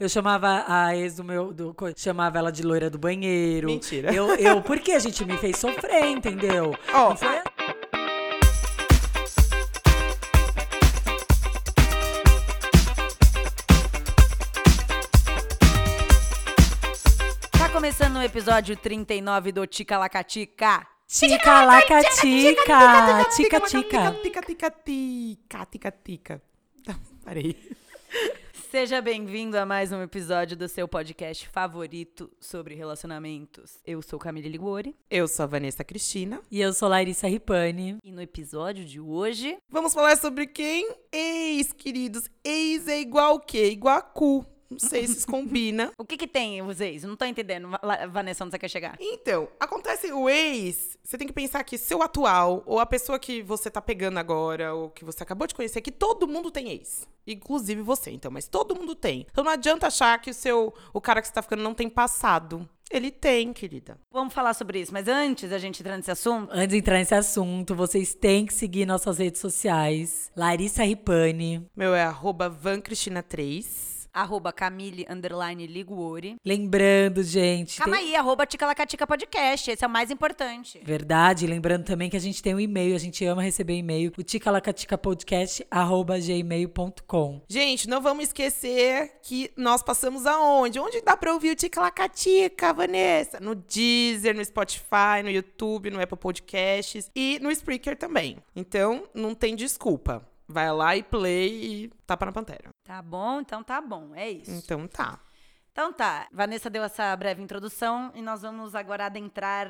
Eu chamava a ex chamava ela de loira do banheiro. Mentira. Porque a gente me fez sofrer, entendeu? Ó, Não foi? Tá começando o episódio 39 do Ticalacatica. Tica-laca-tica! Tica-tica! Tica-tica-tica. Parei. Seja bem-vindo a mais um episódio do seu podcast favorito sobre relacionamentos. Eu sou Camille Liguori. Eu sou a Vanessa Cristina. E eu sou Larissa Ripani. E no episódio de hoje... Vamos falar sobre quem? Ex, queridos. Ex é igual o quê? Igual a cu. Não sei se combina. O que tem os ex? Não tô entendendo, Vanessa, onde você quer chegar? Então, acontece o ex, você tem que pensar que seu atual, ou a pessoa que você tá pegando agora, ou que você acabou de conhecer, que todo mundo tem ex. Inclusive você, então, mas todo mundo tem. Então não adianta achar que o cara que você tá ficando não tem passado. Ele tem, querida. Vamos falar sobre isso, mas antes da gente entrar nesse assunto... Antes de entrar nesse assunto, vocês têm que seguir nossas redes sociais. Larissa Ripani. Meu é @vancristina3. @Camille_Liguori. Lembrando, gente... Calma aí, @Ticalacatica Podcast. Esse é o mais importante. Verdade. Lembrando também que a gente tem um e-mail. A gente ama receber e-mail. O ticalacaticapodcast@gmail.com. Gente, não vamos esquecer que nós passamos aonde? Onde dá pra ouvir o Ticalacatica, Vanessa? No Deezer, no Spotify, no YouTube, no Apple Podcasts e no Spreaker também. Então, não tem desculpa. Vai lá e play e tapa na pantera. Tá bom, então tá bom. É isso. Então tá. Então tá, Vanessa deu essa breve introdução e nós vamos agora adentrar,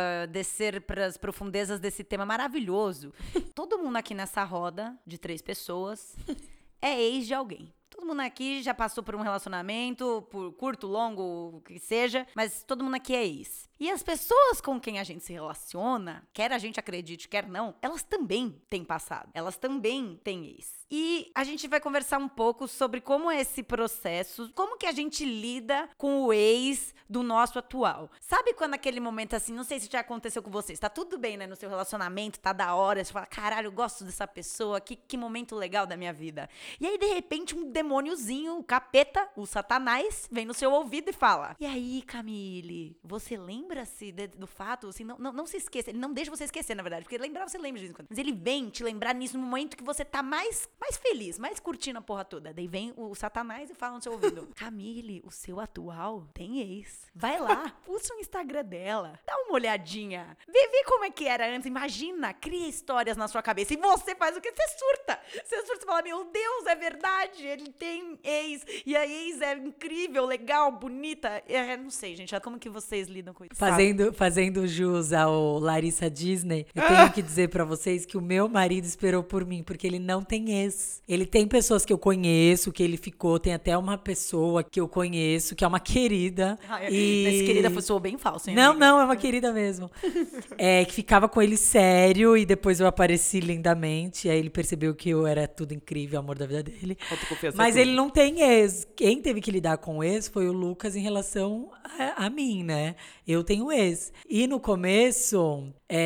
descer para as profundezas desse tema maravilhoso. Todo mundo aqui nessa roda de 3 pessoas é ex de alguém. Todo mundo aqui já passou por um relacionamento, por curto, longo, o que seja, mas todo mundo aqui é ex. E as pessoas com quem a gente se relaciona, quer a gente acredite, quer não, elas também têm passado. Elas também têm ex. E a gente vai conversar um pouco sobre como é esse processo, como que a gente lida com o ex do nosso atual. Sabe quando aquele momento assim, não sei se já aconteceu com vocês, tá tudo bem, né, no seu relacionamento, tá da hora, você fala, caralho, eu gosto dessa pessoa, que momento legal da minha vida. E aí, de repente, um demôniozinho, o capeta, o satanás, vem no seu ouvido e fala, e aí, Camille, você lembra-se do fato, assim, não se esqueça, ele não deixa você esquecer, na verdade, porque lembrar você lembra de vez em quando, mas ele vem te lembrar nisso no momento que você tá mais feliz, mais curtindo a porra toda. Daí vem o satanás e fala no seu ouvido, Camille, o seu atual tem ex. Vai lá, puxa o Instagram dela, dá uma olhadinha, vê como é que era antes, imagina, cria histórias na sua cabeça e você faz o quê? Você surta e fala, meu Deus, é verdade, ele tem ex, e a ex é incrível, legal, bonita, não sei, gente, como que vocês lidam com isso? Fazendo jus ao Larissa Disney, eu tenho que dizer pra vocês que o meu marido esperou por mim, porque ele não tem ex. Ele tem pessoas que eu conheço, que ele ficou, tem até uma pessoa que eu conheço, que é uma querida. Esse querida soou bem falso, hein? Não, é uma querida mesmo. Que ficava com ele sério e depois eu apareci lindamente, aí ele percebeu que eu era tudo incrível, o amor da vida dele. Mas ele não tem ex. Quem teve que lidar com o ex foi o Lucas em relação a mim, né? Eu tenho ex. E no começo,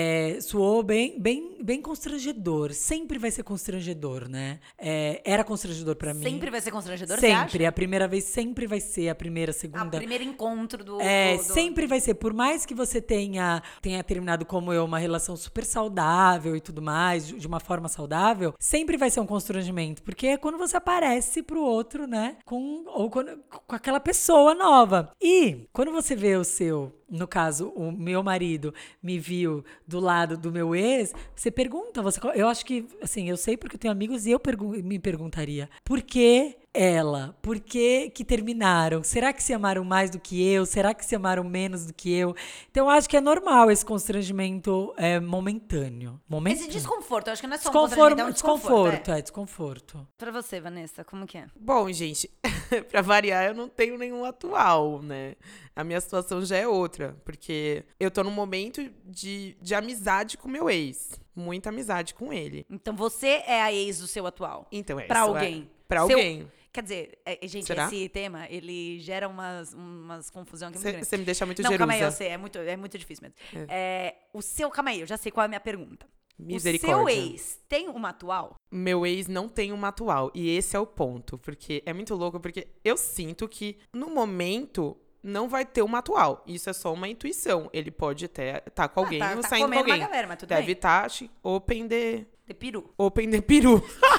soou bem constrangedor. Sempre vai ser constrangedor, né? Era constrangedor pra mim. Sempre vai ser constrangedor, sempre. Você acha? A primeira vez sempre vai ser, a primeira, a segunda. O primeiro encontro do... Sempre vai ser. Por mais que você tenha terminado como eu, uma relação super saudável e tudo mais, de uma forma saudável, sempre vai ser um constrangimento. Porque é quando você aparece pro outro, né? Com aquela pessoa nova. E quando você vê no caso, o meu marido me viu do lado do meu ex, você pergunta, eu acho que, assim, eu sei porque eu tenho amigos e eu me perguntaria, por que ela? Por que terminaram? Será que se amaram mais do que eu? Será que se amaram menos do que eu? Então, eu acho que é normal esse constrangimento momentâneo. Esse desconforto, eu acho que não é só um constrangimento, é um desconforto. Desconforto. Pra você, Vanessa, como que é? Bom, gente, pra variar, eu não tenho nenhum atual, né? A minha situação já é outra, porque eu tô num momento de amizade com meu ex. Muita amizade com ele. Então, você é a ex do seu atual? Então, pra alguém? Pra alguém. Quer dizer, gente, Será? Esse tema, ele gera umas confusão aqui muito grande. Você me deixa muito Não, gerusa. calma aí, eu sei, é muito difícil mesmo. Calma aí, eu já sei qual é a minha pergunta. Misericórdia. O seu ex tem uma atual? Meu ex não tem uma atual. E esse é o ponto. Porque é muito louco, porque eu sinto que, no momento, não vai ter uma atual. Isso é só uma intuição. Ele pode até estar com alguém ou tá saindo com comendo alguém. uma galera, mas tudo Deve bem. estar open De peru. Open de peru.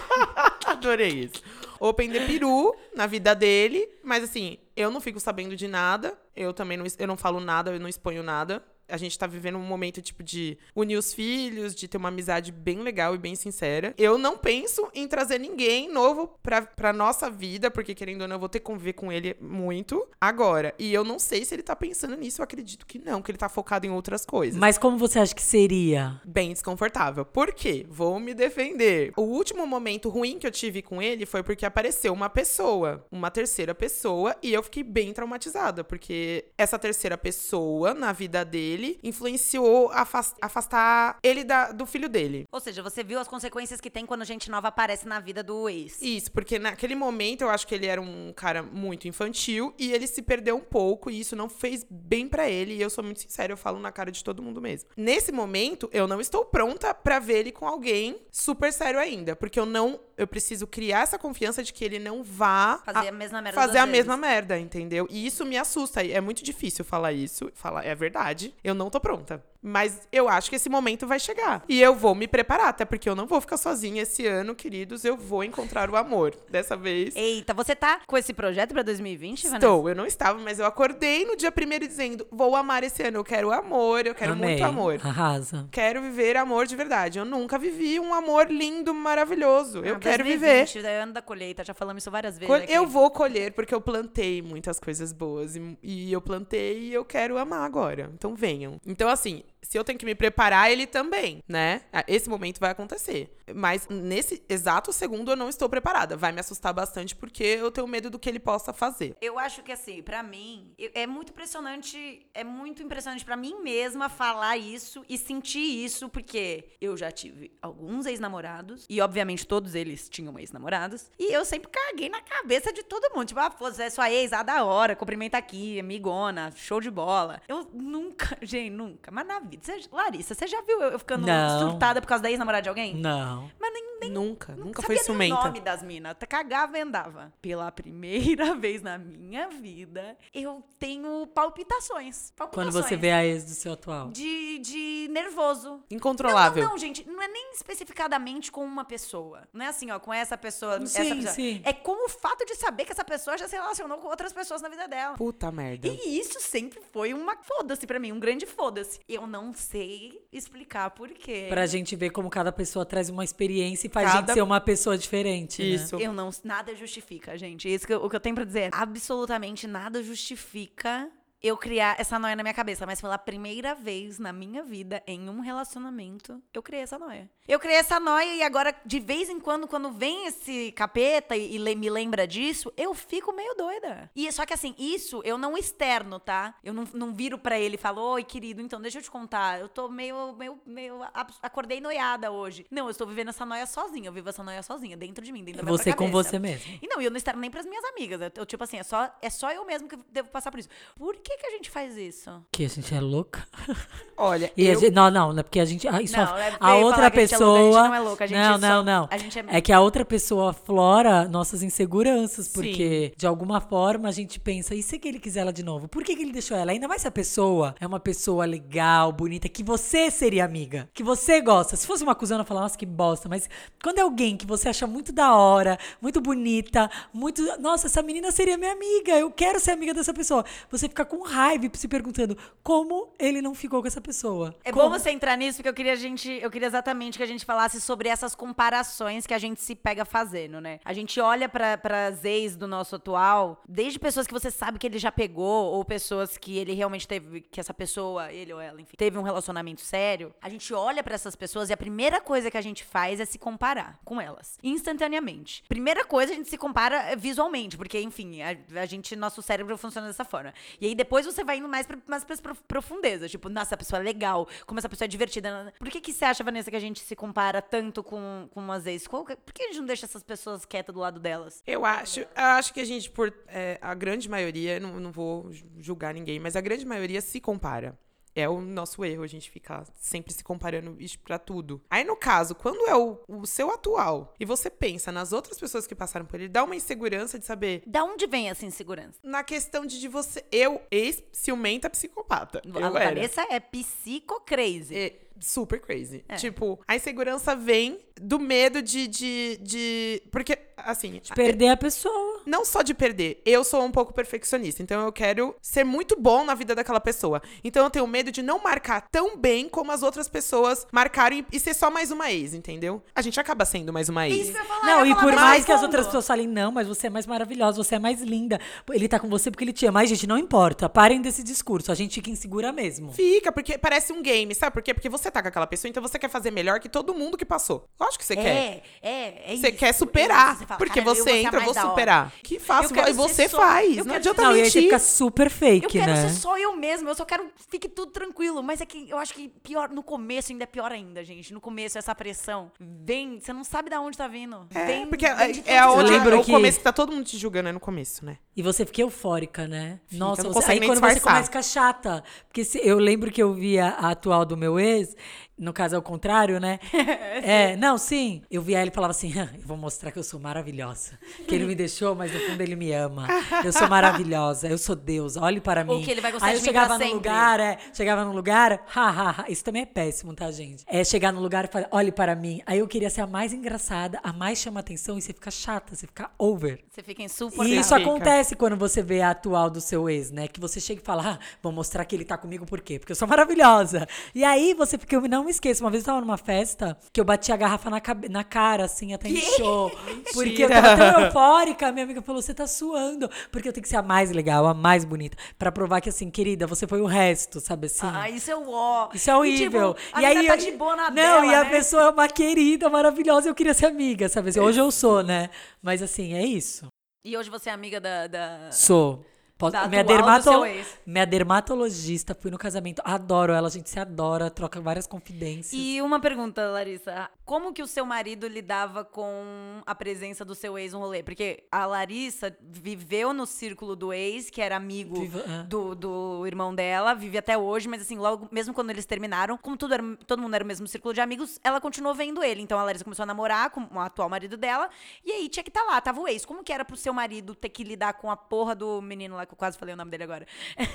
Adorei isso. Open de peru na vida dele. Mas assim, eu não fico sabendo de nada. Eu também eu não falo nada, eu não exponho nada. A gente tá vivendo um momento, tipo, de unir os filhos, de ter uma amizade bem legal e bem sincera. Eu não penso em trazer ninguém novo pra nossa vida, porque, querendo ou não, eu vou ter que conviver com ele muito agora. E eu não sei se ele tá pensando nisso, eu acredito que não, que ele tá focado em outras coisas. Mas como você acha que seria? Bem desconfortável. Por quê? Vou me defender. O último momento ruim que eu tive com ele foi porque apareceu uma pessoa, uma terceira pessoa, e eu fiquei bem traumatizada, porque essa terceira pessoa, na vida dele, influenciou a afastar ele do filho dele. Ou seja, você viu as consequências que tem quando gente nova aparece na vida do ex. Isso, porque naquele momento eu acho que ele era um cara muito infantil e ele se perdeu um pouco e isso não fez bem pra ele. E eu sou muito sincera, eu falo na cara de todo mundo mesmo. Nesse momento, eu não estou pronta pra ver ele com alguém super sério ainda, porque eu preciso criar essa confiança de que ele não vá Fazer a mesma merda fazer duas a mesma vezes. merda, entendeu? E isso me assusta. É muito difícil falar isso. É verdade. Eu não tô pronta. Mas eu acho que esse momento vai chegar. E eu vou me preparar, até porque eu não vou ficar sozinha esse ano, queridos. Eu vou encontrar o amor. Dessa vez. Eita, você tá com esse projeto pra 2020, Vanessa? Estou. Eu não estava, mas eu acordei no dia 1º dizendo: vou amar esse ano. Eu quero amor, eu quero Amei. muito amor. Arrasa. Quero viver amor de verdade. Eu nunca vivi um amor lindo, maravilhoso. Eu quero 2020, viver. é ano da colheita, já falamos isso várias vezes aqui. Eu vou colher, porque eu plantei muitas coisas boas. E eu plantei e eu quero amar agora. Então venham. Então, assim, se eu tenho que me preparar, ele também, né? Esse momento vai acontecer. Mas nesse exato segundo eu não estou preparada. Vai me assustar bastante porque eu tenho medo do que ele possa fazer. Eu acho que, assim, pra mim, é muito impressionante pra mim mesma falar isso e sentir isso, porque eu já tive alguns ex-namorados, e obviamente todos eles tinham ex-namorados, e eu sempre caguei na cabeça de todo mundo. Tipo, você é sua ex, da hora, cumprimenta aqui, amigona, show de bola. Eu nunca, gente, nunca, mas na vida. Larissa, você já viu eu ficando Não. surtada por causa da ex-namorada de alguém? Não. Mas nem Nunca foi sabia nem o ciumenta. nome das minas. Cagava e andava. Pela primeira vez na minha vida, eu tenho palpitações. Quando você vê a ex do seu atual. De nervoso. Incontrolável. Não, gente. Não é nem especificadamente com uma pessoa. Não é assim, ó, com essa pessoa. Sim, essa pessoa. sim. É com o fato de saber que essa pessoa já se relacionou com outras pessoas na vida dela. Puta merda. E isso sempre foi uma foda-se pra mim, um grande foda-se. Eu não sei explicar por quê. Pra gente ver como cada pessoa traz uma experiência e faz Cada- gente ser uma pessoa diferente, né? Isso. Eu não. Nada justifica, gente. Isso o que eu tenho pra dizer. Absolutamente nada justifica eu criar essa noia na minha cabeça. Mas pela primeira vez na minha vida, em um relacionamento, eu criei essa noia. Eu criei essa noia e agora, de vez em quando vem esse capeta e me lembra disso, eu fico meio doida. E só que assim, isso eu não externo, tá? Eu não viro pra ele e falo: oi, querido, então deixa eu te contar. Eu tô acordei noiada hoje. Não, eu estou vivendo essa noia sozinha. Eu vivo essa noia sozinha, dentro de mim, dentro da minha Você com cabeça. você mesmo. E não, eu não externo nem pras minhas amigas. Eu, tipo assim, é só eu mesmo que devo passar por isso. Por que a gente faz isso? Que a gente é louca. Olha, E não é porque a gente. Isso Não, é a feio outra falar que a gente é louca, a gente pessoa. não é louca, a gente não. a gente É que a outra pessoa aflora nossas inseguranças, Sim. porque de alguma forma a gente pensa, e se que ele quiser ela de novo? Por que ele deixou ela? Ainda mais se a pessoa é uma pessoa legal, bonita, que você seria amiga, que você gosta. Se fosse uma cuzona, eu falar, nossa, que bosta. Mas quando é alguém que você acha muito da hora, muito bonita, muito. Nossa, essa menina seria minha amiga, eu quero ser amiga dessa pessoa. Você fica com raiva e se perguntando como ele não ficou com essa pessoa. É Como? bom você entrar nisso, porque eu queria exatamente que a gente falasse sobre essas comparações que a gente se pega fazendo, né? A gente olha pras ex do nosso atual, desde pessoas que você sabe que ele já pegou, ou pessoas que ele realmente teve, que essa pessoa, ele ou ela, enfim, teve um relacionamento sério. A gente olha pra essas pessoas e a primeira coisa que a gente faz é se comparar com elas, instantaneamente. Primeira coisa, a gente se compara visualmente, porque, enfim, nosso cérebro funciona dessa forma. E aí depois você vai indo mais pras profundezas, tipo, nossa, essa pessoa é legal, como essa pessoa é divertida. Por que você acha, Vanessa, que a gente se compara tanto com umas ex? Por que a gente não deixa essas pessoas quietas do lado delas? Eu acho que a gente, a grande maioria, não vou julgar ninguém, mas a grande maioria se compara. É o nosso erro, a gente ficar sempre se comparando isso pra tudo. Aí, no caso, quando é o seu atual e você pensa nas outras pessoas que passaram por ele, dá uma insegurança de saber. Da onde vem essa insegurança? Na questão de você. Eu, ex-ciumenta psicopata. A Eu era. Vanessa é psico-crazy. É super crazy. É. Tipo, a insegurança vem do medo porque, assim. Perder a pessoa. Não só de perder, eu sou um pouco perfeccionista, então eu quero ser muito bom na vida daquela pessoa. Então eu tenho medo de não marcar tão bem como as outras pessoas marcaram e ser só mais uma ex, entendeu? A gente acaba sendo mais uma ex. Isso que eu ia falar, Não, eu ia e falar por desse mais que as fundo. outras pessoas falem, não, mas você é mais maravilhosa, você é mais linda. Ele tá com você porque ele te ama. Mas, gente, não importa. Parem desse discurso. A gente fica insegura mesmo. Fica, porque parece um game, sabe por quê? Porque você tá com aquela pessoa, então você quer fazer melhor que todo mundo que passou. Lógico que você quer. É Você isso. quer superar. Você fala, porque cara, você entra, eu vou mais da hora. superar. Que faço, Eu quero e você ser só- faz. eu Não quero adianta Não, e aí você mentir. fica super Eu fake, quero né? ser só eu mesma, eu só quero que fique tudo tranquilo. Mas é que eu acho que pior, no começo ainda é pior ainda, gente. No começo, essa pressão vem, você não sabe de onde tá vindo. Vem, Porque vem de é todos os onde Eu lembro lados. o que- começo que tá todo mundo te julgando, é no começo, né? E você fica eufórica, né? Nossa, não você, consegue aí nem quando você disfarçar. começa a ficar chata. Porque eu lembro que eu via a atual do meu ex, no caso é o contrário, né? Não, sim. Eu via ele e falava assim, eu vou mostrar que eu sou maravilhosa. Que ele me deixou, mas no fundo ele me ama. Eu sou maravilhosa, eu sou Deus, olhe para mim. Ou que ele vai gostar Aí de eu mim chegava pra no sempre. lugar, chegava no lugar, isso também é péssimo, tá, gente? É chegar no lugar e falar, olhe para mim. Aí eu queria ser a mais engraçada, a mais chama atenção, e você fica chata, você fica over. Você fica E insuportável. isso Fica. acontece quando você vê a atual do seu ex, né? Que você chega e fala, vou mostrar que ele tá comigo por quê? Porque eu sou maravilhosa. E aí você fica, eu não me esqueço, uma vez eu tava numa festa que eu bati a garrafa na cara, assim, até inchou. Porque eu tava tão eufórica, minha amiga falou, você tá suando. Porque eu tenho que ser a mais legal, a mais bonita. Pra provar que, assim, querida, você foi o resto, sabe assim? Ah, isso é o ó. Isso é horrível. E, tipo, a mina tá de boa na não, dela, e a né? pessoa é uma querida, maravilhosa, eu queria ser amiga, sabe assim? Hoje eu sou, né? Mas assim, é isso. E hoje você é amiga da... Sou. Da Minha, atual do seu ex. minha dermatologista, fui no casamento, adoro ela, a gente se adora, troca várias confidências. E uma pergunta, Larissa. Como que o seu marido lidava com a presença do seu ex no rolê? Porque a Larissa viveu no círculo do ex, que era amigo do irmão dela, vive até hoje, mas assim, logo, mesmo quando eles terminaram, como todo mundo era o mesmo círculo de amigos, ela continuou vendo ele. Então a Larissa começou a namorar com o atual marido dela, e aí tinha que estar lá, tava o ex. Como que era pro seu marido ter que lidar com a porra do menino lá, que eu quase falei o nome dele agora?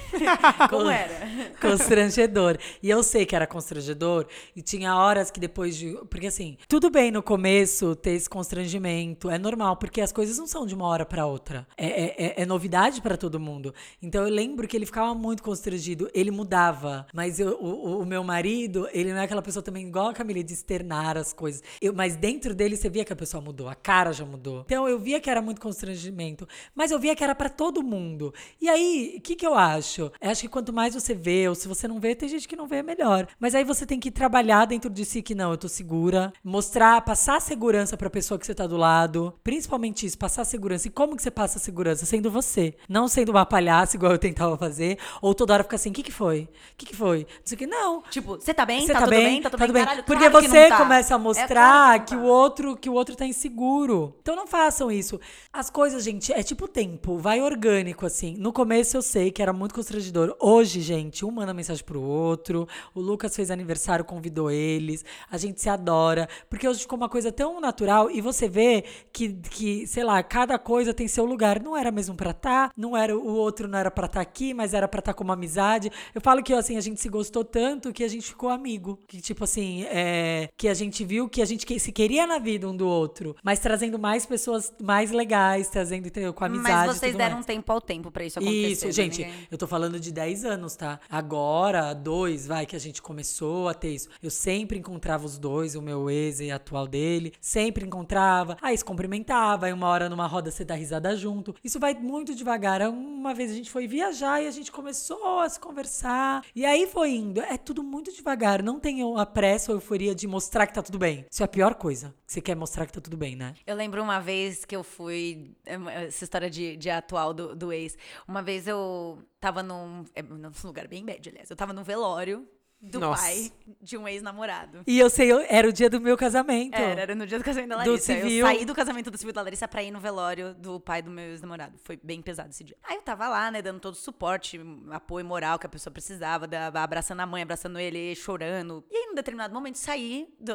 Como era? Constrangedor. E eu sei que era constrangedor. E tinha horas que depois de... Porque assim, tudo bem no começo ter esse constrangimento. É normal, porque as coisas não são de uma hora pra outra. É novidade pra todo mundo. Então eu lembro que ele ficava muito constrangido. Ele mudava. Mas o meu marido, ele não é aquela pessoa também igual a Camila, de externar as coisas. Mas dentro dele você via que a pessoa mudou. A cara já mudou. Então eu via que era muito constrangimento. Mas eu via que era pra todo mundo. E aí, o que eu acho? Eu acho que quanto mais você vê, ou se você não vê, tem gente que não vê, é melhor. Mas aí você tem que trabalhar dentro de si que não, eu tô segura. Mostrar, passar segurança pra pessoa que você tá do lado. Principalmente isso, passar segurança. E como que você passa segurança? Sendo você. Não sendo uma palhaça, igual eu tentava fazer. Ou toda hora ficar assim, o que foi? O que foi? Não sei o que, não. Tipo, você tá bem? Você Tá tudo bem? Tá tudo bem? Caralho, Porque claro que você não tá. começa a É mostrar claro que não tá. que o outro tá inseguro. Então não façam isso. As coisas, gente, é tipo tempo, vai orgânico, assim. No começo eu sei que era muito constrangedor. Hoje, gente, um manda mensagem pro outro. O Lucas fez aniversário, convidou eles. A gente se adora. Porque hoje ficou uma coisa tão natural. E você vê que sei lá, cada coisa tem seu lugar. Não era mesmo pra tá, o outro não era pra tá aqui, mas era pra tá como amizade. Eu falo que, assim, a gente se gostou tanto que a gente ficou amigo. Que, tipo assim, que a gente viu que a gente se queria na vida um do outro. Mas trazendo mais pessoas mais legais, trazendo, entendeu? Com amizade. Mas vocês e tudo deram mais. um tempo ao tempo pra isso acontecer. Isso, né? gente, Ninguém- eu tô falando de 10 anos, tá? Agora, 2, que a gente começou a ter isso. Eu sempre encontrava os dois, o meu ex e a atual dele. Sempre encontrava. Aí se cumprimentava, aí uma hora numa roda você dá risada junto. Isso vai muito devagar. Uma vez a gente foi viajar e a gente começou a se conversar. E aí foi indo. É tudo muito devagar. Não tem a pressa ou euforia de mostrar que tá tudo bem. Isso é a pior coisa. Você quer mostrar que tá tudo bem, né? Eu lembro uma vez que eu fui... Essa história de atual do ex. Uma vez eu tava num lugar bem bad, aliás. Eu tava num velório do Nossa. pai de um ex-namorado. E eu sei, era o dia do meu casamento. Era no dia do casamento da Do Larissa. civil. Eu saí do casamento do civil da Larissa pra ir no velório do pai do meu ex-namorado. Foi bem pesado esse dia. Aí eu tava lá, né, dando todo o suporte, apoio moral que a pessoa precisava, abraçando a mãe, abraçando ele, chorando. E aí, num determinado momento, saí do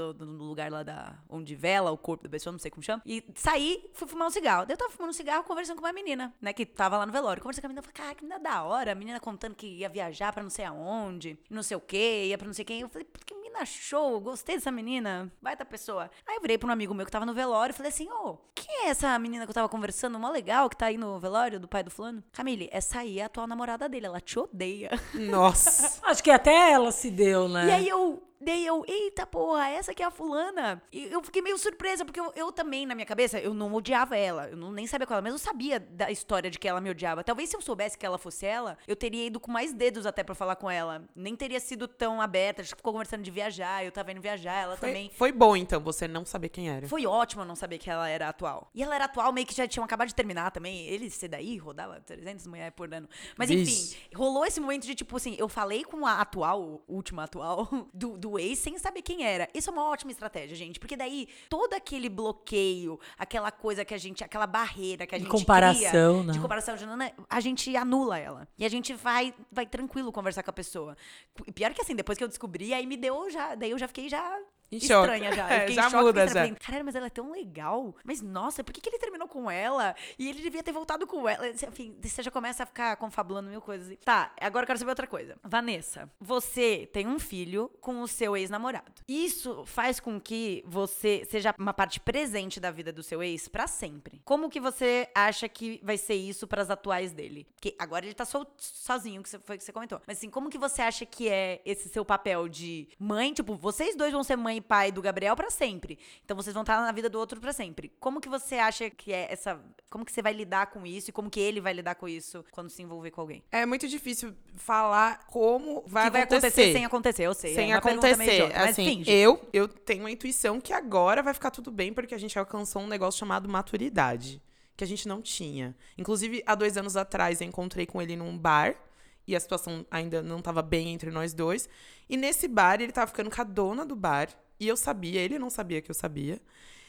lugar lá onde vela o corpo da pessoa, não sei como chama. E saí, fui fumar um cigarro. Daí eu tava fumando um cigarro, conversando com uma menina, né, que tava lá no velório. Conversando com a menina, falei, cara, que menina da hora. A menina contando que ia viajar pra não sei aonde, não sei o quê, ia pra não sei quem. Eu falei, que menina show, gostei dessa menina, baita pessoa. Aí eu virei pra um amigo meu que tava no velório e falei assim, quem é essa menina que eu tava conversando, mó legal, que tá aí no velório do pai do fulano? Camille, essa aí é a atual namorada dele, ela te odeia. Nossa. Acho que até ela se deu, né? E aí Daí eu, eita porra, essa que é a fulana. E eu fiquei meio surpresa, porque eu também, na minha cabeça, eu não odiava ela. Eu nem sabia qual ela, mas eu sabia da história de que ela me odiava. Talvez se eu soubesse que ela fosse ela, eu teria ido com mais dedos até pra falar com ela. Nem teria sido tão aberta. A gente ficou conversando de viajar, eu tava indo viajar, ela também. Foi bom, então, você não saber quem era. Foi ótimo eu não saber que ela era atual. E ela era atual, meio que já tinham acabado de terminar também. Ele, esse daí, rodava 300 mulheres por ano. Mas enfim, rolou esse momento de tipo assim, eu falei com a atual, última atual, do ex, sem saber quem era. Isso é uma ótima estratégia, gente. Porque daí, todo aquele bloqueio, aquela coisa que a gente, aquela barreira que a gente comparação, cria, né? de comparação, a gente anula ela. E a gente vai tranquilo conversar com a pessoa. E pior que assim, depois que eu descobri, aí me deu já, daí eu já fiquei estranha já. Eu fiquei já em choque, muda, eu já. falei, caralho, mas ela é tão legal. Mas nossa, por que ele terminou com ela? E ele devia ter voltado com ela. Enfim, você já começa a ficar confabulando mil coisas. Tá, agora eu quero saber outra coisa. Vanessa, você tem um filho com o seu ex-namorado. Isso faz com que você seja uma parte presente da vida do seu ex pra sempre. Como que você acha que vai ser isso pras atuais dele? Porque agora ele tá sozinho, que foi o que você comentou. Mas assim, como que você acha que é esse seu papel de mãe? Tipo, vocês dois vão ser mãe e pai do Gabriel pra sempre. Então vocês vão estar na vida do outro pra sempre. Como que você acha que é essa... Como que você vai lidar com isso e como que ele vai lidar com isso quando se envolver com alguém? É muito difícil falar como vai Que vai acontecer sem acontecer, eu sei. Sem é uma pergunta meio acontecer. idiota, mas Assim, finge. eu tenho uma intuição que agora vai ficar tudo bem, porque a gente alcançou um negócio chamado maturidade, que a gente não tinha. Inclusive, há 2 anos atrás, eu encontrei com ele num bar, e a situação ainda não estava bem entre nós dois. E nesse bar, ele tava ficando com a dona do bar, e eu sabia, ele não sabia que eu sabia.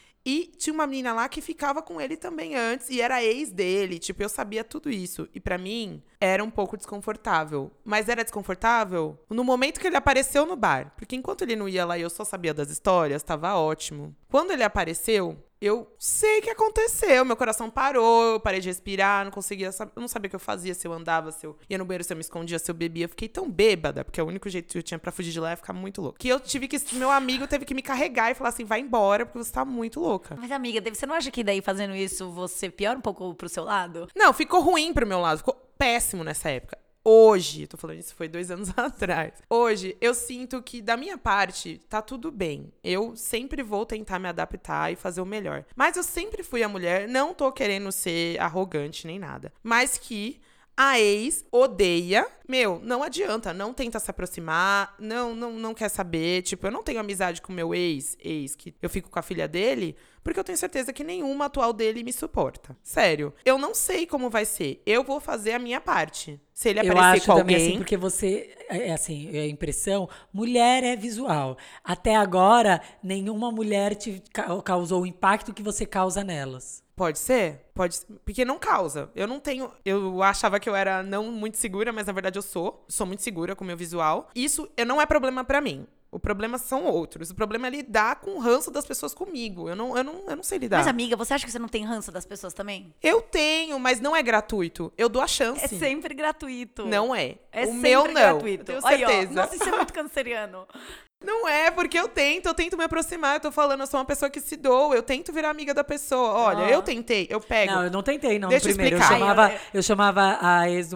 E tinha uma menina lá que ficava com ele também antes, e era ex dele, tipo, eu sabia tudo isso. E pra mim, era um pouco desconfortável. Mas era desconfortável no momento que ele apareceu no bar. Porque enquanto ele não ia lá e eu só sabia das histórias, tava ótimo. Quando ele apareceu, eu sei o que aconteceu. Meu coração parou, eu parei de respirar, não conseguia saber, eu não sabia o que eu fazia, se eu andava, se eu ia no banheiro, se eu me escondia, se eu bebia. Eu fiquei tão bêbada, porque o único jeito que eu tinha pra fugir de lá é ficar muito louco. Que eu tive que, meu amigo teve que me carregar e falar assim, vai embora, porque você tá muito louca. Mas amiga, você não acha que daí fazendo isso você piora um pouco pro seu lado? Não, ficou ruim pro meu lado, ficou péssimo nessa época. Hoje, tô falando isso foi 2 anos atrás. Hoje, eu sinto que da minha parte, tá tudo bem. Eu sempre vou tentar me adaptar e fazer o melhor. Mas eu sempre fui a mulher, não tô querendo ser arrogante nem nada. Mas que a ex odeia. Meu, não adianta, não tenta se aproximar, não quer saber. Tipo, eu não tenho amizade com meu ex, que eu fico com a filha dele, porque eu tenho certeza que nenhuma atual dele me suporta. Sério. Eu não sei como vai ser. Eu vou fazer a minha parte. Se ele Eu aparecer acho com também, alguém... assim, porque você, assim, a impressão, mulher é visual. Até agora, nenhuma mulher te causou o impacto que você causa nelas. Pode ser? Pode ser. Porque não causa. Eu não tenho... Eu achava que eu era não muito segura, mas na verdade eu sou. Sou muito segura com o meu visual. Isso não é problema pra mim. O problema são outros. O problema é lidar com o ranço das pessoas comigo. Eu não sei lidar. Mas amiga, você acha que você não tem ranço das pessoas também? Eu tenho, mas não é gratuito. Eu dou a chance. É sempre gratuito. Não é. É o sempre meu não. gratuito. Eu tenho Aí, ó, certeza. nossa, isso é muito canceriano. Não é, porque eu tento me aproximar. Eu tô falando, eu sou uma pessoa que se doa. Eu tento virar amiga da pessoa. Olha, eu tentei, eu pego. Não, eu não tentei, não. Deixa eu primeiro. explicar. Eu chamava a ex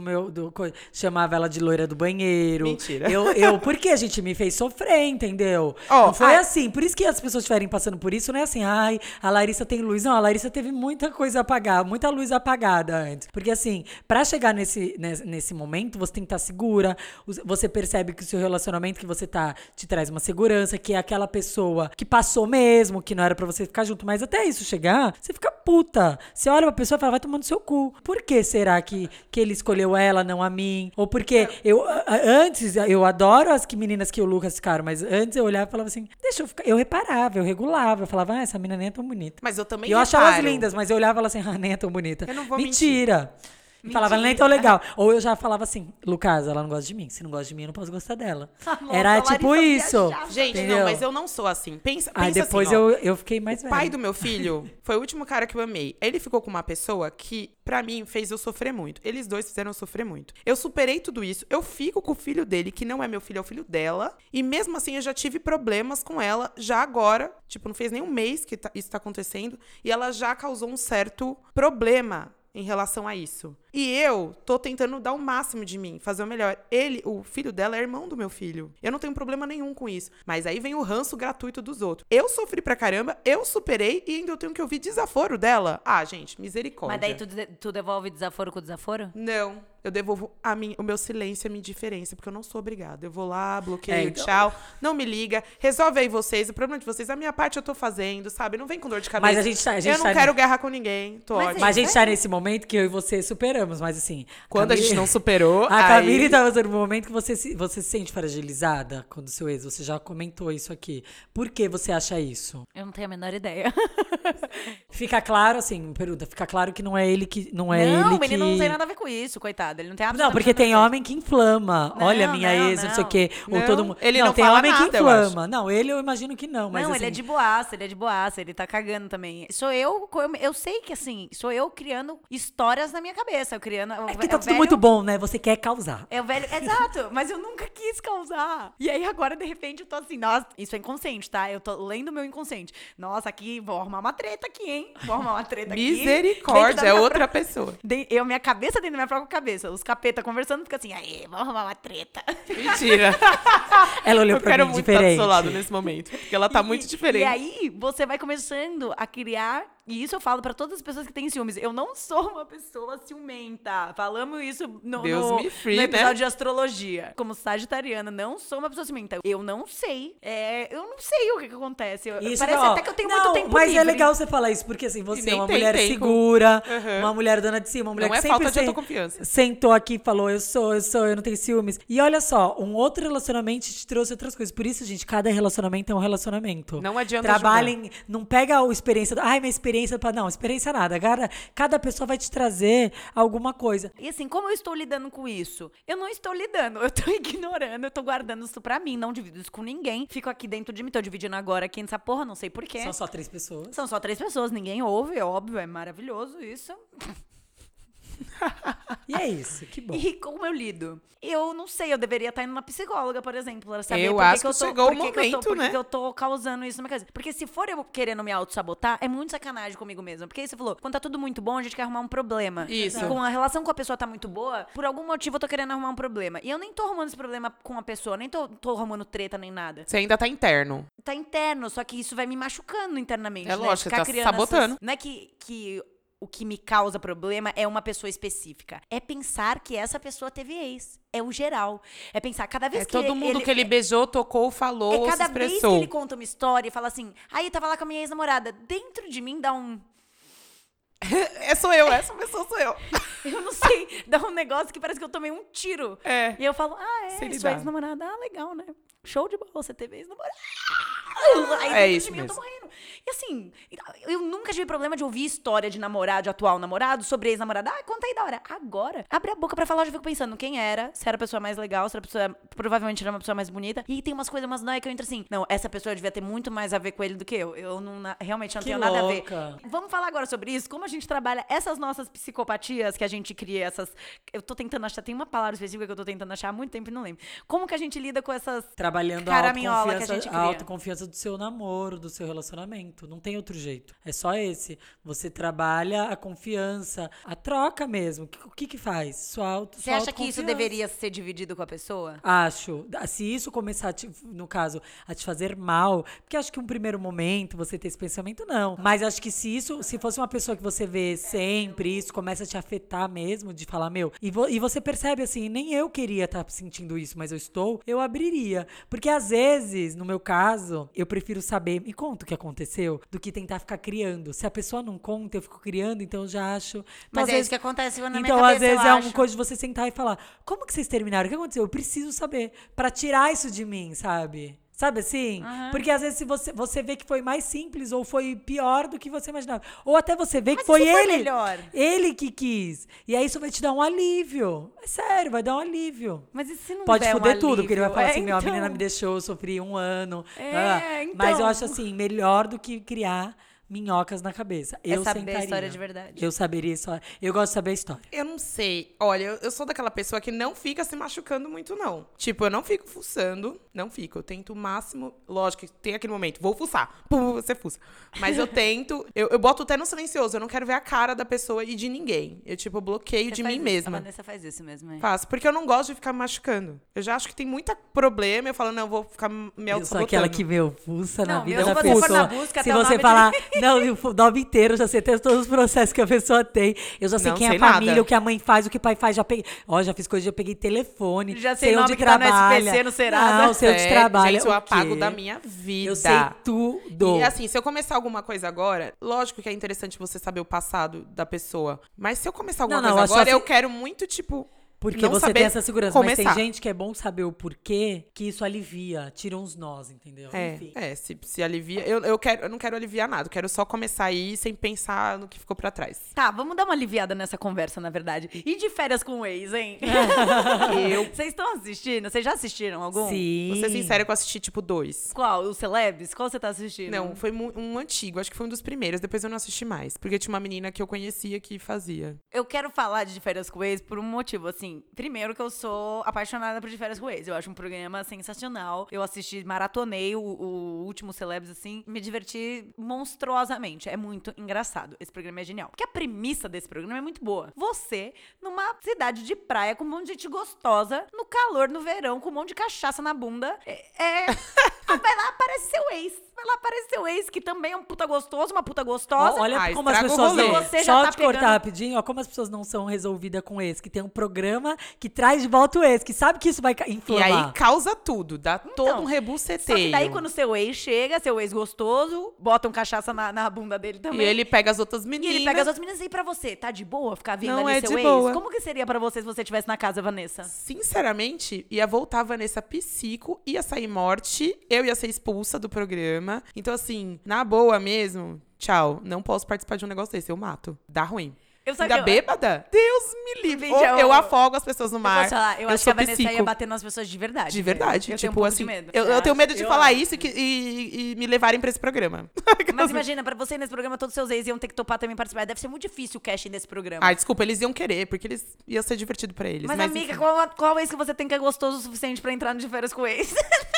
chamava ela de loira do banheiro. Mentira. Porque a gente me fez sofrer, entendeu? Ó, não foi assim. Por isso que as pessoas estiverem passando por isso, não é assim, ai, a Larissa tem luz. Não, a Larissa teve muita coisa apagada, muita luz apagada antes. Porque assim, pra chegar nesse momento, você tem que estar segura. Você percebe que o seu relacionamento que você tá te traz uma segurança, que é aquela pessoa que passou mesmo, que não era pra você ficar junto, mas até isso chegar, você fica puta. Você olha pra pessoa e fala, vai tomando seu cu. Por que será que ele escolheu ela, não a mim? Ou porque antes, eu adoro as meninas que o Lucas ficaram, mas antes eu olhava e falava assim, deixa eu ficar. Eu reparava, eu regulava, eu falava, essa menina nem é tão bonita. Mas eu também E eu achava elas reparo. lindas, mas eu olhava e falava assim, nem é tão bonita. Eu não vou Mentira. E falava, ela nem é tão legal. Ou eu já falava assim, Lucas, ela não gosta de mim. Se não gosta de mim, eu não posso gostar dela. Nossa, Era tipo Larissa isso. viajava. Gente, entendeu? não, mas eu não sou assim. Pensa Aí depois assim, ó. eu fiquei mais O velha. pai do meu filho foi o último cara que eu amei. Ele ficou com uma pessoa que, pra mim, fez eu sofrer muito. Eles dois fizeram eu sofrer muito. Eu superei tudo isso. Eu fico com o filho dele, que não é meu filho, é o filho dela. E mesmo assim, eu já tive problemas com ela, já agora. Tipo, não fez nem um mês que isso tá acontecendo. E ela já causou um certo problema em relação a isso. E eu tô tentando dar o máximo de mim, fazer o melhor. O filho dela é irmão do meu filho. Eu não tenho problema nenhum com isso. Mas aí vem o ranço gratuito dos outros. Eu sofri pra caramba, eu superei e ainda eu tenho que ouvir desaforo dela. Ah, gente, misericórdia. Mas daí tu devolve desaforo com desaforo? Não, eu devolvo o meu silêncio, a minha indiferença, porque eu não sou obrigada. Eu vou lá, bloqueio, então- tchau, não me liga, resolve aí vocês, o problema de vocês, a minha parte eu tô fazendo, sabe? Não vem com dor de cabeça. Mas a gente eu não tá- quero guerra com ninguém, tô Mas ótima. Mas a gente tá nesse momento que eu e você superamos, mas assim... Quando a gente não superou, A aí... Camille tá passando um momento que você se sente fragilizada quando seu ex, você já comentou isso aqui. Por que você acha isso? Eu não tenho a menor ideia. Fica claro, assim, pergunta, fica claro que não é ele que... Não é ele que... ele não tem nada a ver com isso, coitado. Ele não tem Não, absolutamente porque tem nada a ver. homem que inflama. Não, Olha, minha não, ex, não sei o quê. Ou Não, todo mundo. ele não tem fala homem que nada, eu acho. inflama. Não, ele eu imagino que não, mas Não, assim, ele é de boaça, ele tá cagando também. Sou eu sei que assim, sou eu criando histórias na minha cabeça, eu criando... É que tá tudo muito bom, né? Você quer causar. É o velho, exato, mas eu nunca quis causar. E aí agora, de repente, eu tô assim, nossa, isso é inconsciente, tá? Eu tô lendo o meu inconsciente. Nossa, aqui, vou arrumar uma treta aqui, hein? Vou arrumar uma treta aqui. Misericórdia, Dentro da é minha outra pessoa. minha cabeça dentro da minha própria cabeça. Os capeta conversando, fica assim, aí, vamos arrumar uma treta. Mentira. Ela olhou Eu pra quero mim muito estar do diferente. seu lado nesse momento, porque ela tá muito diferente. E aí, você vai começando a criar... E isso eu falo pra todas as pessoas que têm ciúmes. Eu não sou uma pessoa ciumenta. Falamos isso Deus me free, no episódio né? de astrologia. Como sagitariana, não sou uma pessoa ciumenta. Eu não sei. Eu não sei o que acontece. Isso Parece não, até que eu tenho não, muito tempo mas livre. é legal você falar isso, porque assim, você nem é uma tem mulher tempo. segura, Uhum. uma mulher dona de si, uma mulher Não que é sempre falta de autoconfiança. sentou aqui e falou, eu sou, eu não tenho ciúmes. E olha só, um outro relacionamento te trouxe outras coisas. Por isso, gente, cada relacionamento é um relacionamento. Não adianta Trabalhem, não pega a experiência, minha experiência, não, experiência nada. Cada pessoa vai te trazer alguma coisa. E assim, como eu estou lidando com isso? Eu não estou lidando, eu tô ignorando, eu tô guardando isso pra mim, não divido isso com ninguém. Fico aqui dentro de mim, tô dividindo agora aqui nessa porra, não sei porquê. São só 3 pessoas. São só 3 pessoas, ninguém ouve, é óbvio, é maravilhoso isso. E é isso, que bom. E como eu lido? Eu não sei, eu deveria estar indo na psicóloga, por exemplo, pra saber Eu por que acho que eu que tô, chegou por o que que eu tô, momento, por que né? que eu tô causando isso na minha casa. Porque se for eu querendo me auto-sabotar, é muito sacanagem comigo mesma. Porque aí você falou, quando tá tudo muito bom, a gente quer arrumar um problema. Isso. E com a relação com a pessoa tá muito boa, por algum motivo eu tô querendo arrumar um problema. E eu nem tô arrumando esse problema com a pessoa, nem tô arrumando treta nem nada. Você ainda tá interno. Tá interno, só que isso vai me machucando internamente, É né? lógico, Ficar tá criando sabotando. Não é que o que me causa problema é uma pessoa específica. É pensar que essa pessoa teve ex. É o geral. É pensar, cada vez É que todo mundo que ele beijou, tocou, falou, ou se cada vez que expressou. ele conta uma história e fala assim, aí eu tava lá com a minha ex-namorada. Dentro de mim dá um... Sou eu, essa pessoa sou eu. Eu não sei, dá um negócio que parece que eu tomei um tiro. É. E eu falo, Sem sua lidar. ex-namorada. Ah, legal, né? Show de bola, você teve ex-namorada. Aí É dentro isso de mim eu tô mesmo. morrendo. E assim, eu nunca tive problema de ouvir história de namorado, de atual namorado, sobre ex-namorada. Ah, conta aí da hora. Agora, abre a boca pra falar, eu já fico pensando quem era, se era a pessoa mais legal, se era a pessoa, provavelmente era uma pessoa mais bonita. E tem umas coisas, umas noias que eu entro assim, não, essa pessoa devia ter muito mais a ver com ele do que eu. Eu não, realmente não Que tenho nada a ver. louca. Vamos falar agora sobre isso, como a gente trabalha essas nossas psicopatias que a gente cria, essas... Eu tô tentando achar, tem uma palavra específica que eu tô tentando achar há muito tempo e não lembro. Como que a gente lida com essas... Trabalhando Caraminhola que a gente a cria. autoconfiança do seu namoro, do seu relacionamento. relacionamento. Não tem outro jeito. É só esse. Você trabalha a confiança, a troca mesmo. O que faz? Você acha que isso deveria ser dividido com a pessoa? Acho. Se isso começar, no caso, a te fazer mal, porque acho que um primeiro momento você ter esse pensamento, não. Mas acho que se fosse uma pessoa que você vê sempre, isso começa a te afetar mesmo, de falar, meu, e você percebe assim, nem eu queria estar sentindo isso, mas eu abriria. Porque às vezes, no meu caso, eu prefiro saber, me conta o que aconteceu, do que tentar ficar criando. Se a pessoa não conta, eu fico criando, então eu já acho. Então, mas é isso que acontece na minha então, cabeça, às vezes, eu é acho. uma coisa de você sentar e falar, como que vocês terminaram? O que aconteceu? Eu preciso saber. Pra tirar isso de mim, sabe? Sabe assim? Porque às vezes se você vê que foi mais simples ou foi pior do que você imaginava. Ou até você vê que foi ele que quis. E aí isso vai te dar um alívio. É sério, vai dar um alívio. Mas e se não Pode der fuder um tudo, porque ele vai falar assim, então... a menina me deixou, eu sofri 1 ano. Então... Mas eu acho assim, melhor do que criar minhocas na cabeça. Eu saber sentaria. a história de verdade. Eu saberia a história. Eu gosto de saber a história. Eu não sei. Olha, eu sou daquela pessoa que não fica se machucando muito, não. Tipo, eu não fico fuçando. Não fico. Eu tento o máximo. Lógico que tem aquele momento. Vou fuçar. Pum, você fuça. Mas eu tento. Eu boto até no silencioso. Eu não quero ver a cara da pessoa e de ninguém. Eu, tipo, bloqueio de mim mesma. A Vanessa faz isso mesmo, hein? Faço. Porque eu não gosto de ficar me machucando. Eu já acho que tem muito problema. Eu falo, não, vou ficar me Eu sou auto-sabotando. aquela que, fuça na vida se da você for pessoa. na busca, Se até o você nome falar, não, o nome inteiro, eu já sei até todos os processos que a pessoa tem. Eu já sei Não quem é sei a família, nada. o que a mãe faz, o que o pai faz. Já peguei. Já fiz coisa, já peguei telefone. Já sei onde nome que tá no trabalha. SPC, no Serasa. Não, sei onde trabalha. Gente, eu o apago quê? da minha vida. Eu sei tudo. E assim, se eu começar alguma coisa agora, lógico que é interessante você saber o passado da pessoa. Mas se eu começar alguma coisa agora, eu quero muito, tipo. Porque não você saber tem essa segurança. começar. Mas tem gente que é bom saber o porquê, que isso alivia, tira uns nós, entendeu? Enfim. Se alivia. Eu não quero aliviar nada. Eu quero só começar aí sem pensar no que ficou pra trás. Tá, vamos dar uma aliviada nessa conversa, na verdade. E de férias com o ex, hein? Vocês estão assistindo? Vocês já assistiram algum? Sim. Vou ser sincera que eu assisti, tipo, 2. Qual? Os Celebs? Qual você tá assistindo? Não, foi um antigo. Acho que foi um dos primeiros. Depois eu não assisti mais. Porque tinha uma menina que eu conhecia que fazia. Eu quero falar de férias com o ex por um motivo, assim. Primeiro que eu sou apaixonada por De Férias com o Ex. Eu acho um programa sensacional. Eu assisti, maratonei o último Celebs, assim. Me diverti monstruosamente. É muito engraçado. Esse programa é genial. Porque a premissa desse programa é muito boa. Você, numa cidade de praia, com um monte de gente gostosa, no calor, no verão, com um monte de cachaça na bunda. Vai lá, aparece seu ex. Vai lá, aparece seu ex, que também é um puta gostoso, uma puta gostosa. Olha como as estraga o pessoas rolê. não... Você já Só tá te cortar pegando- rapidinho, ó, como as pessoas não são resolvidas com esse, que tem um programa que traz de volta o ex, que sabe que isso vai E inflamar. aí causa tudo. Dá todo um Só rebuceteio. que daí, quando seu ex chega, seu ex gostoso, bota um cachaça na bunda dele E também. ele pega as outras E meninas. ele pega as outras meninas e pra você, tá de boa ficar vendo Não ali é seu de ex? boa. Como que seria pra você se você estivesse na casa, Vanessa? Sinceramente, ia voltar a Vanessa psico, ia sair morte, eu ia ser expulsa do programa. Então, assim, na boa mesmo, tchau. Não posso participar de um negócio desse, eu mato. Dá ruim. Ainda bêbada? Deus me livre. Gente, Ou eu afogo as pessoas no mar. Posso falar? Eu acho que sou a Vanessa psico. ia bater nas pessoas de verdade. De verdade. Eu tenho tipo um pouco assim, de medo. eu tenho medo de Eu falar acho. isso e me levarem pra esse programa. Mas imagina, pra você ir nesse programa, todos os seus ex iam ter que topar também participar. Deve ser muito difícil o casting desse programa. Ai, desculpa, eles iam querer, porque eles ia ser divertido pra eles. Mas amiga, enfim. qual ex que você tem que é gostoso o suficiente pra entrar no De Férias com o ex?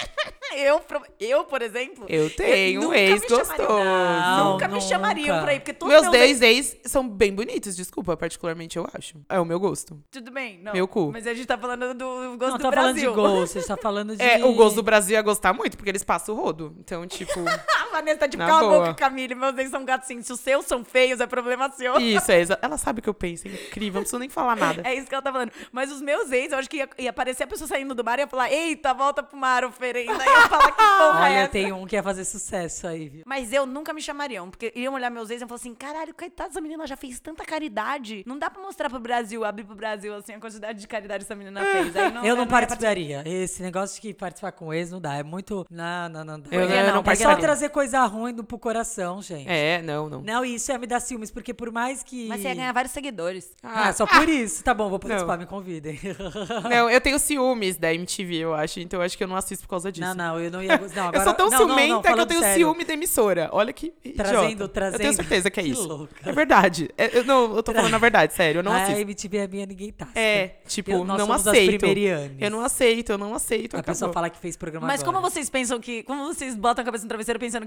eu, por exemplo... Eu tenho um nunca ex me chamariam. gostoso. Não, Nunca me nunca. chamariam pra ir, porque todos Meus meus ex... 10 ex são bem bonitos, desculpa, particularmente eu acho. É o meu gosto. Tudo bem, não. Meu cu. Mas a gente tá falando do gosto Não, do tá falando de Brasil. gosto, você tá falando de... É, o gosto do Brasil ia gostar muito, porque eles passam o rodo. Então, tipo, A Vanessa tá tipo, Na cala a boa. boca, Camille. Meus ex são gatos sim. Se os seus são feios, é problema seu. isso, ela sabe o que eu penso, é incrível, não preciso nem falar nada. É isso que ela tá falando. Mas os meus ex, eu acho que ia aparecer a pessoa saindo do bar e ia falar, eita, volta pro mar, oferenda. Aí eu ia falar, que porra é Olha, essa? tem um que ia fazer sucesso aí, viu? Mas eu nunca me chamariam, porque iam olhar meus ex e falar assim, caralho, coitada, essa menina já fez tanta caridade. Não dá pra mostrar pro Brasil, abrir pro Brasil, assim, a quantidade de caridade que essa menina fez. Aí Eu não ia participaria. Esse negócio de participar com ex não dá. É muito... Não. Eu não É só participaria. trazer coisa ruim pro coração, gente. É, não. Não, isso ia me dar ciúmes, porque por mais que... Mas você ia ganhar vários seguidores. Só por isso. Tá bom, vou participar, me convidem. Não, eu tenho ciúmes da MTV, eu acho, então eu acho que eu não assisto por causa disso. Não, eu não ia... Não, agora... Eu sou tão ciumenta que eu falando tenho sério. ciúme da emissora. Olha que idiota. Trazendo. Eu tenho certeza que é Que isso. louca. É verdade. Eu tô falando a verdade, sério. Eu não A assisto. MTV é minha, ninguém tá. É, tipo, Nós não somos aceito. as primerianes. Eu não aceito. A pessoa fala que fez programa Mas agora. como vocês pensam que... Como vocês botam a cabeça no travesseiro pensando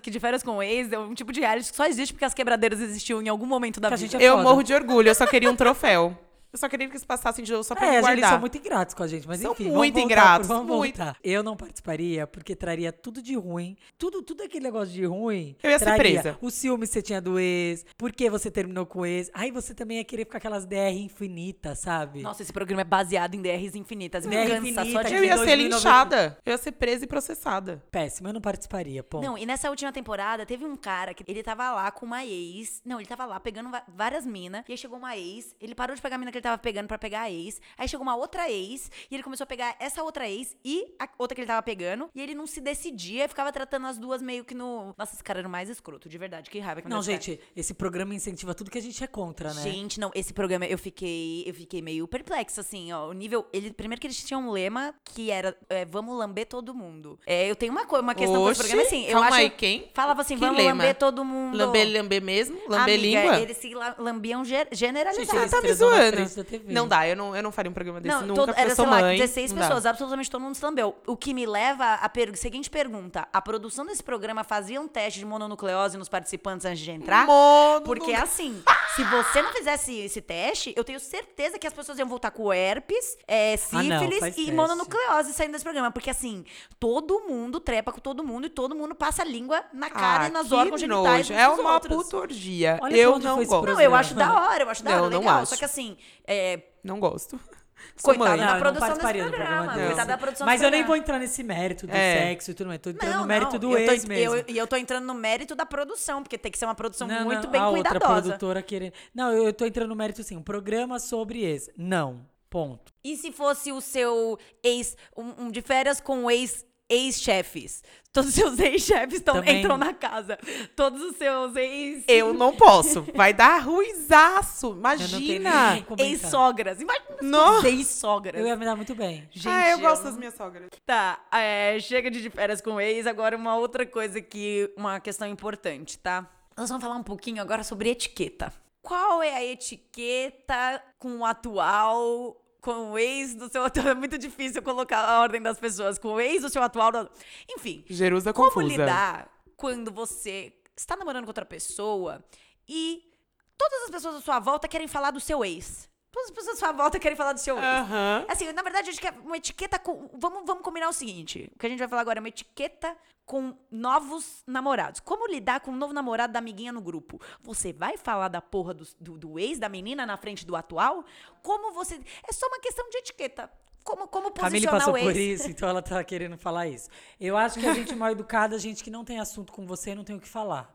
que De Férias com o Ex é um tipo de reality que só existe porque as quebradeiras existiam em algum momento da Que a vida. gente é Eu foda. morro de orgulho, eu só queria um troféu. Eu só queria que eles passassem de novo só pra me Eles guardar. são muito ingratos com a gente, mas São enfim, muito vamos ingratos, vamos muito. voltar. Eu não participaria porque traria tudo de ruim, tudo aquele negócio de ruim. Eu ia ser traria presa. O ciúme que você tinha do ex, por que você terminou com o ex. Aí você também ia querer ficar aquelas DR infinitas, sabe? Nossa, esse programa é baseado em DRs infinitas. Me DR cansa infinita, só de Eu de ia ser 2090. linchada. Eu ia ser presa e processada. Péssimo, eu não participaria, ponto. Não, e nessa última temporada teve um cara que ele tava lá com uma ex. Não, ele tava lá pegando várias minas. E aí chegou uma ex. Ele parou de pegar a mina que ele tava pegando pra pegar a ex. Aí chegou uma outra ex. E ele começou a pegar essa outra ex e a outra que ele tava pegando. E ele não se decidia e ficava tratando as duas meio que no. Nossa, esse cara era o mais escroto, de verdade. Que raiva que me Não, deu esse gente, esse programa incentiva tudo que a gente é contra, né? Gente, não, esse programa eu fiquei meio perplexa, assim, ó. O nível. Primeiro que eles tinham um lema que era vamos lamber todo mundo. Eu tenho uma questão com esse Oxi, programa, assim. Eu calma acho. aí, quem? Falava assim, Que vamos lema? lamber todo mundo. Lamber mesmo? Lamber Amiga, língua? eles se lambiam Gente, generalizados. eles tá me transam na zoando. frente da TV. Não dá, eu não faria um programa desse Não, nunca, porque era, eu sou sei lá, mãe. 16 Não dá. pessoas, absolutamente todo mundo se lambeu. O que me leva à seguinte pergunta. A produção desse programa fazia um teste de mononucleose nos participantes antes de entrar? Porque assim, se você não fizesse esse teste, eu tenho certeza que as pessoas iam voltar com herpes, não, sífilis faz e teste. mononucleose saindo desse programa. Porque assim, todo mundo trepa com todo mundo e todo mundo passa a língua na cara e nas que órgãos genitais nojo. uns É dos uma outros. puta orgia. Olha Eu pra onde não foi esse gosto. Não, programa. eu acho da hora, eu acho da hora, Não, não legal. acho. Só que assim, Não gosto. Sou coitada mãe. da Não, eu não produção participaria desse do programa programa. desse. Coitada da produção Mas desse eu nem programa. vou entrar nesse mérito do É. sexo e tudo mais. Tô entrando no mérito do eu tô, ex mesmo. E eu tô entrando no mérito da produção, porque tem que ser uma produção Não, muito não, bem a outra cuidadosa. produtora querendo... Não, eu tô entrando no mérito assim. Um programa sobre ex. Não. Ponto. E se fosse o seu ex, de férias com ex-chefes? Todos os seus ex-chefes Também. entram na casa. Todos os seus ex... Eu não posso. Vai dar ruizaço. Eu não tenho Imagina. nem como entrar. Ex-sogras. Imagina Nossa. suas ex-sogras. Eu ia me dar muito bem. Gente, Eu gosto das minhas sogras. Tá, chega de férias com ex, agora uma outra coisa uma questão importante, tá? Nós vamos falar um pouquinho agora sobre etiqueta. Qual é a etiqueta com o atual, com o ex do seu atual? É muito difícil colocar a ordem das pessoas, com o ex do seu atual. Enfim, Jerusa como confusa. lidar quando você está namorando com outra pessoa e todas as pessoas à sua volta querem falar do seu ex? Todas as pessoas à sua volta querem falar do seu ex. Aham. Assim, na verdade, a gente quer uma etiqueta com... Vamos combinar o seguinte. O que a gente vai falar agora é uma etiqueta com novos namorados. Como lidar com um novo namorado da amiguinha no grupo? Você vai falar da porra do ex da menina na frente do atual? Como você... É só uma questão de etiqueta. Como Camille posicionar passou o ex. por isso, então ela tá querendo falar isso. Eu acho que a gente mal educada, a gente que não tem assunto com você, não tem o que falar.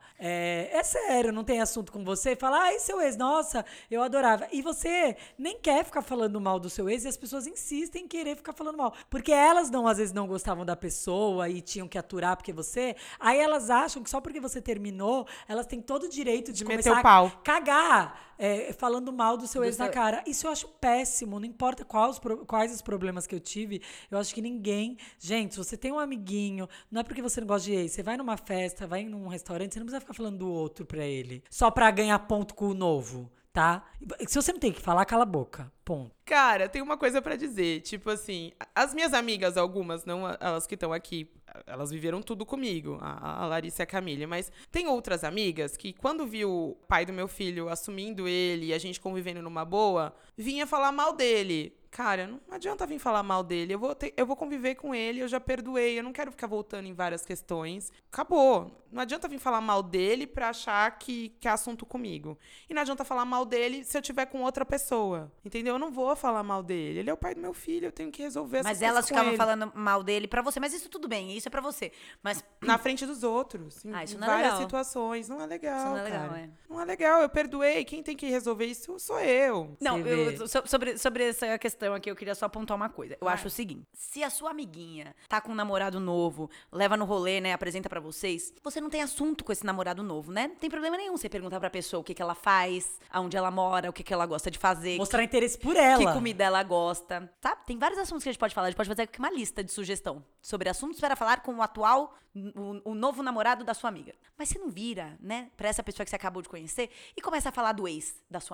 É sério, não tem assunto com você, fala, ai, seu ex, nossa, eu adorava. E você nem quer ficar falando mal do seu ex e as pessoas insistem em querer ficar falando mal. Porque elas às vezes não gostavam da pessoa e tinham que aturar porque você... Aí elas acham que só porque você terminou, elas têm todo o direito de meter começar o pau. a cagar falando mal do seu ex na seu- cara. Isso eu acho péssimo, não importa quais os problemas que eu tive, eu acho que ninguém... Gente, se você tem um amiguinho, não é porque você não gosta de ex, você vai numa festa, vai num restaurante, você não precisa ficar falando do outro pra ele, só pra ganhar ponto com o novo, tá? Se você não tem que falar, cala a boca, ponto. Cara, tem uma coisa pra dizer. Tipo assim, as minhas amigas, algumas, não elas que estão aqui, elas viveram tudo comigo, a Larissa e a Camille. Mas tem outras amigas que, quando viu o pai do meu filho assumindo ele e a gente convivendo numa boa, vinha falar mal dele. Cara, não adianta vir falar mal dele. Eu vou conviver com ele, eu já perdoei. Eu não quero ficar voltando em várias questões. Acabou. Não adianta vir falar mal dele pra achar que é assunto comigo. E não adianta falar mal dele se eu tiver com outra pessoa. Entendeu? Eu não vou falar mal dele. Ele é o pai do meu filho, eu tenho que resolver essas Mas coisas elas com ficavam ele. falando mal dele pra você. Mas isso tudo bem, isso é pra você. Mas Na frente dos outros. Em, isso em não é várias legal. situações. Não é legal, Isso não é legal, cara. é. Não é legal. Eu perdoei. Quem tem que resolver isso sou eu. Não, Você vê. sobre essa questão aqui, eu queria só apontar uma coisa. Eu acho o seguinte: se a sua amiguinha tá com um namorado novo, leva no rolê, né, apresenta pra vocês, você não tem assunto com esse namorado novo, né? Não tem problema nenhum você perguntar pra pessoa o que ela faz, aonde ela mora, o que ela gosta de fazer. Mostrar interesse por ela. Que comida ela gosta, tá? Tem vários assuntos que a gente pode falar. A gente pode fazer aqui uma lista de sugestão sobre assuntos para falar com o atual, o novo namorado da sua amiga. Mas você não vira, né, pra essa pessoa que você acabou de conhecer e começa a falar do ex da sua amiga.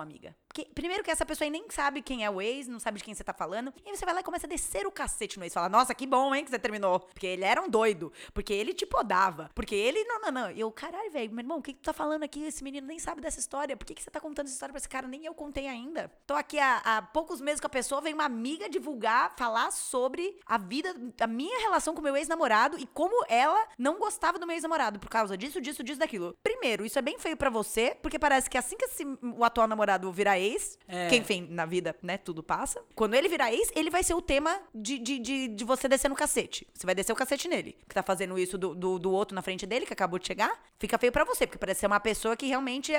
Porque, primeiro que essa pessoa aí nem sabe quem é o ex, não sabe de quem você tá falando. E aí você vai lá e começa a descer o cacete no ex. Fala, nossa, que bom, hein, que você terminou. Porque ele era um doido. Porque ele te podava. Porque ele, não. E eu, caralho, velho, meu irmão, o que tu tá falando aqui? Esse menino nem sabe dessa história. Por que você tá contando essa história pra esse cara? Nem eu contei ainda. Tô aqui há poucos meses com a pessoa, vem uma amiga divulgar, falar sobre a minha relação com o meu ex-namorado e como ela não gostava do meu ex-namorado por causa disso, daquilo. Primeiro, isso é bem feio pra você, porque parece que assim que o atual namorado virar ex, que enfim, na vida, né, tudo passa. Quando ele virar ex, ele vai ser o tema de você descer no cacete. Você vai descer o cacete nele. Que tá fazendo isso do outro na frente dele, que acabou de chegar. Fica feio pra você, porque parece ser uma pessoa que realmente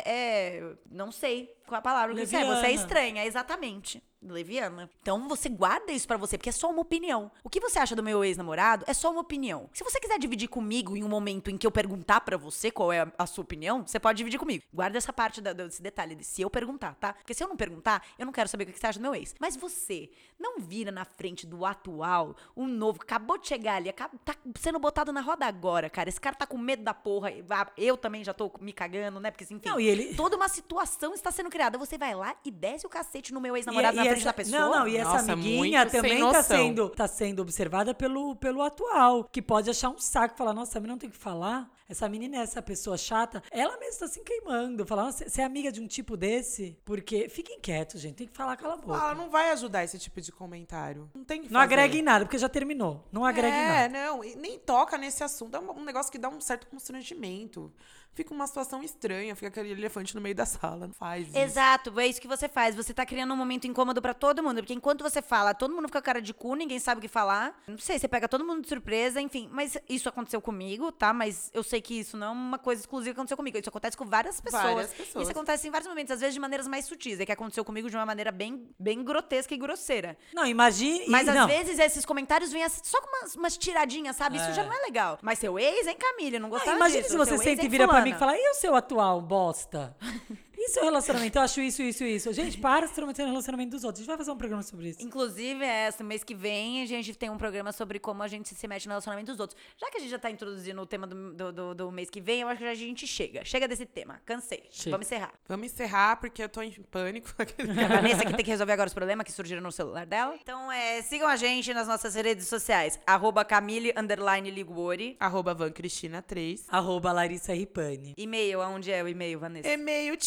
não sei qual a palavra que você é. Você é estranha, exatamente. Leviana. Então você guarda isso pra você, porque é só uma opinião. O que você acha do meu ex-namorado é só uma opinião. Se você quiser dividir comigo em um momento em que eu perguntar pra você qual é a sua opinião, você pode dividir comigo. Guarda essa parte desse detalhe de se eu perguntar, tá? Porque se eu não perguntar, eu não quero saber o que você acha do meu ex. Mas você não vira na frente do atual, um novo, acabou de chegar ali, tá sendo botado na roda agora, cara. Esse cara tá com medo da porra. Eu também já tô me cagando, né? Porque, enfim, não, toda uma situação está sendo criada. Você vai lá e desce o cacete no meu ex-namorado na frente da pessoa. E essa amiguinha também tá sendo observada pelo atual, que pode achar um saco, falar, nossa, a menina não tem o que falar, essa menina é essa pessoa chata, ela mesma tá se queimando, falar, nossa, você é amiga de um tipo desse? Porque, fiquem quietos, gente, tem que falar, cala a boca. Ela não vai ajudar esse tipo de comentário. Não tem que fazer. Não agrega em nada, porque já terminou, não agrega em nada. Não, nem toca nesse assunto, é um negócio que dá um certo constrangimento. Fica uma situação estranha, fica aquele elefante no meio da sala, não faz isso. Exato, é isso que você faz. Você tá criando um momento incômodo pra todo mundo, porque enquanto você fala, todo mundo fica com a cara de cu, ninguém sabe o que falar. Não sei, você pega todo mundo de surpresa, enfim. Mas isso aconteceu comigo, tá? Mas eu sei que isso não é uma coisa exclusiva que aconteceu comigo. Isso acontece com várias pessoas. Isso acontece em vários momentos, às vezes de maneiras mais sutis. É que aconteceu comigo de uma maneira bem grotesca e grosseira. Não, imagine... Mas às vezes esses comentários vêm só com umas tiradinhas, sabe? Isso já não é legal. Mas seu ex, hein, Camille? Não gostava disso. Imagine se você senta e vira pra mim e fala, e o seu atual, bosta? E seu relacionamento? Eu acho isso. Gente, para de se intrometer no relacionamento dos outros. A gente vai fazer um programa sobre isso. Inclusive, mês que vem, a gente tem um programa sobre como a gente se mete no relacionamento dos outros. Já que a gente já tá introduzindo o tema do mês que vem, eu acho que a gente chega. Chega desse tema. Cansei. Vamos encerrar. Vamos encerrar, porque eu tô em pânico. A Vanessa que tem que resolver agora os problemas que surgiram no celular dela. Então, sigam a gente nas nossas redes sociais. @Camille_Liguori. @VanCristina3. @LarissaRipani. E-mail, aonde é o e-mail, Vanessa? E-mail,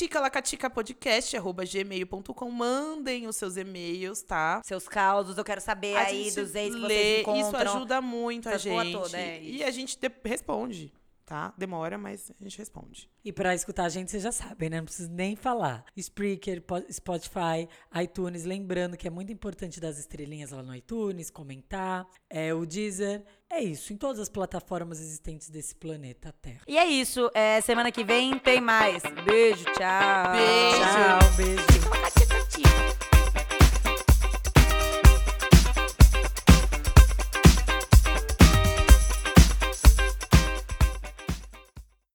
ticalacaticapodcast@gmail.com. Mandem os seus e-mails, tá? Seus causos, eu quero saber aí dos ex que vocês encontram. Isso ajuda muito a gente. Toda, E a gente responde, tá? Demora, mas a gente responde. E pra escutar a gente, vocês já sabem, né? Não preciso nem falar. Spreaker, Spotify, iTunes. Lembrando que é muito importante dar as estrelinhas lá no iTunes, comentar. O Deezer. É isso, em todas as plataformas existentes desse planeta Terra. E é isso. Semana que vem tem mais. Beijo, tchau. Beijo. Tchau, beijo.